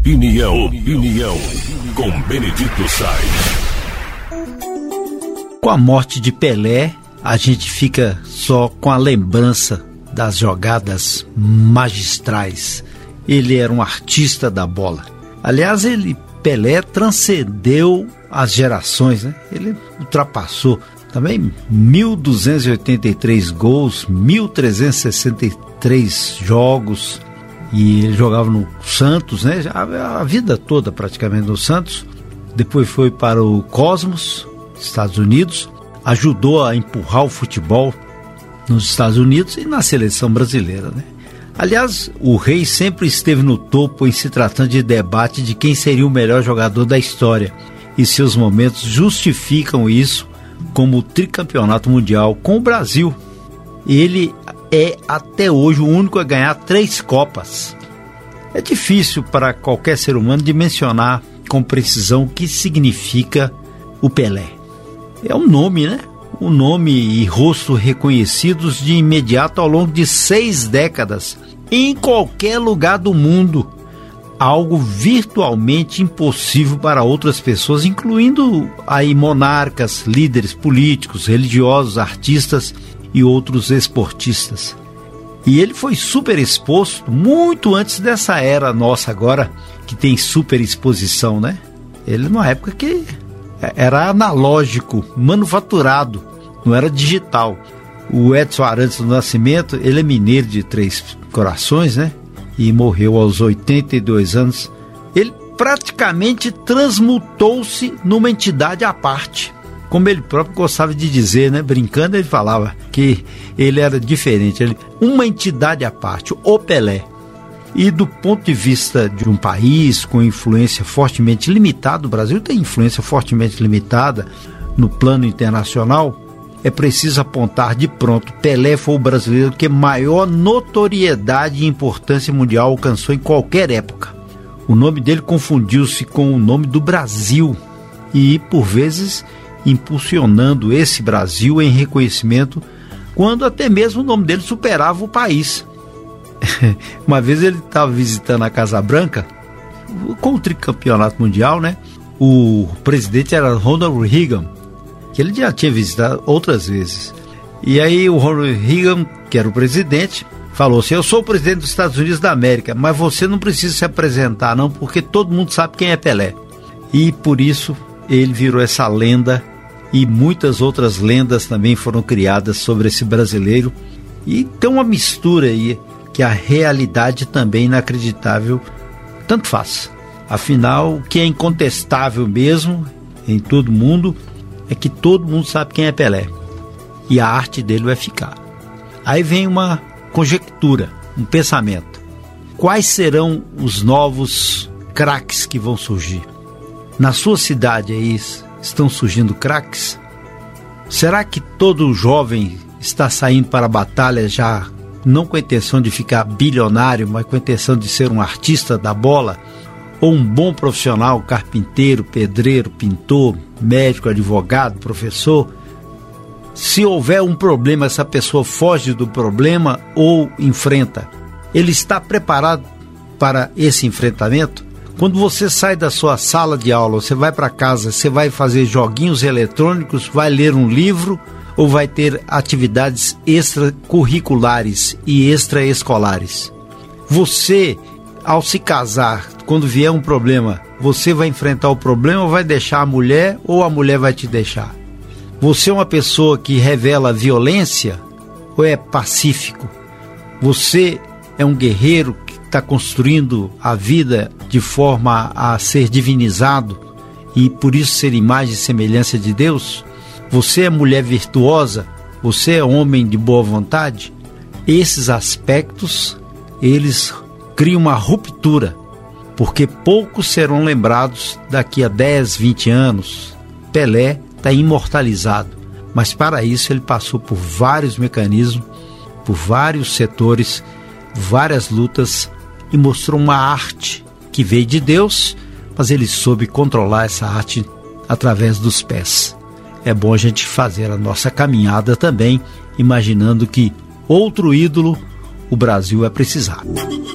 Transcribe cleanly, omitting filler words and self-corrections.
Opinião com Benedito Sainz. Com a morte de Pelé, a gente fica só com a lembrança das jogadas magistrais. Ele era um artista da bola. Aliás, Pelé transcendeu as gerações, né? Ele ultrapassou também 1.283 gols, 1.363 jogos, e ele jogava no Santos, né? A vida toda praticamente no Santos. Depois foi para o Cosmos, Estados Unidos, ajudou a empurrar o futebol nos Estados Unidos e na seleção brasileira, né? Aliás, o Rei sempre esteve no topo em se tratando de debate de quem seria o melhor jogador da história, e seus momentos justificam isso, como o tricampeonato mundial com o Brasil. Ele é até hoje o único a ganhar 3 Copas. É difícil para qualquer ser humano dimensionar com precisão o que significa o Pelé. É um nome, né? Um nome e rosto reconhecidos de imediato ao longo de 6 décadas, em qualquer lugar do mundo. Algo virtualmente impossível para outras pessoas, incluindo aí monarcas, líderes políticos, religiosos, artistas e outros esportistas. E ele foi super exposto muito antes dessa era nossa agora, que tem super exposição, né? Ele numa época que era analógico, manufaturado, não era digital. O Edson Arantes do Nascimento, ele é mineiro de Três Corações, né? E morreu aos 82 anos. Ele praticamente transmutou-se numa entidade à parte. Como ele próprio gostava de dizer, né? Brincando, ele falava que ele era diferente. Uma entidade à parte, o Pelé. E do ponto de vista de um país com influência fortemente limitada, o Brasil tem influência fortemente limitada no plano internacional, é preciso apontar de pronto: Pelé foi o brasileiro que maior notoriedade e importância mundial alcançou em qualquer época. O nome dele confundiu-se com o nome do Brasil e, por vezes, impulsionando esse Brasil em reconhecimento, quando até mesmo o nome dele superava o país. Uma vez ele estava visitando a Casa Branca com o tricampeonato mundial, né? O presidente era Ronald Reagan, que ele já tinha visitado outras vezes. E aí o Ronald Reagan, que era o presidente, falou assim: eu sou o presidente dos Estados Unidos da América, mas você não precisa se apresentar não, porque todo mundo sabe quem é Pelé. E por isso ele virou essa lenda, e muitas outras lendas também foram criadas sobre esse brasileiro. E tem uma mistura aí, que a realidade também inacreditável tanto faz. Afinal, o que é incontestável mesmo em todo mundo é que todo mundo sabe quem é Pelé, e a arte dele vai ficar. Aí vem uma conjectura, um pensamento: quais serão os novos craques que vão surgir? Na sua cidade aí estão surgindo craques? Será que todo jovem está saindo para a batalha já não com a intenção de ficar bilionário, mas com a intenção de ser um artista da bola? Ou um bom profissional, carpinteiro, pedreiro, pintor, médico, advogado, professor? Se houver um problema, essa pessoa foge do problema ou enfrenta? Ele está preparado para esse enfrentamento? Quando você sai da sua sala de aula, você vai para casa, você vai fazer joguinhos eletrônicos, vai ler um livro, ou vai ter atividades extracurriculares e extraescolares? Você, ao se casar, quando vier um problema, você vai enfrentar o problema ou vai deixar a mulher, ou a mulher vai te deixar? Você é uma pessoa que revela violência ou é pacífico? Você é um guerreiro que está construindo a vida de forma a ser divinizado e por isso ser imagem e semelhança de Deus? Você é mulher virtuosa? Você é homem de boa vontade? Esses aspectos, eles criam uma ruptura, porque poucos serão lembrados daqui a 10, 20 anos. Pelé está imortalizado, mas para isso ele passou por vários mecanismos, por vários setores, várias lutas, e mostrou uma arte que veio de Deus, mas ele soube controlar essa arte através dos pés. É bom a gente fazer a nossa caminhada também, imaginando que outro ídolo o Brasil vai precisar.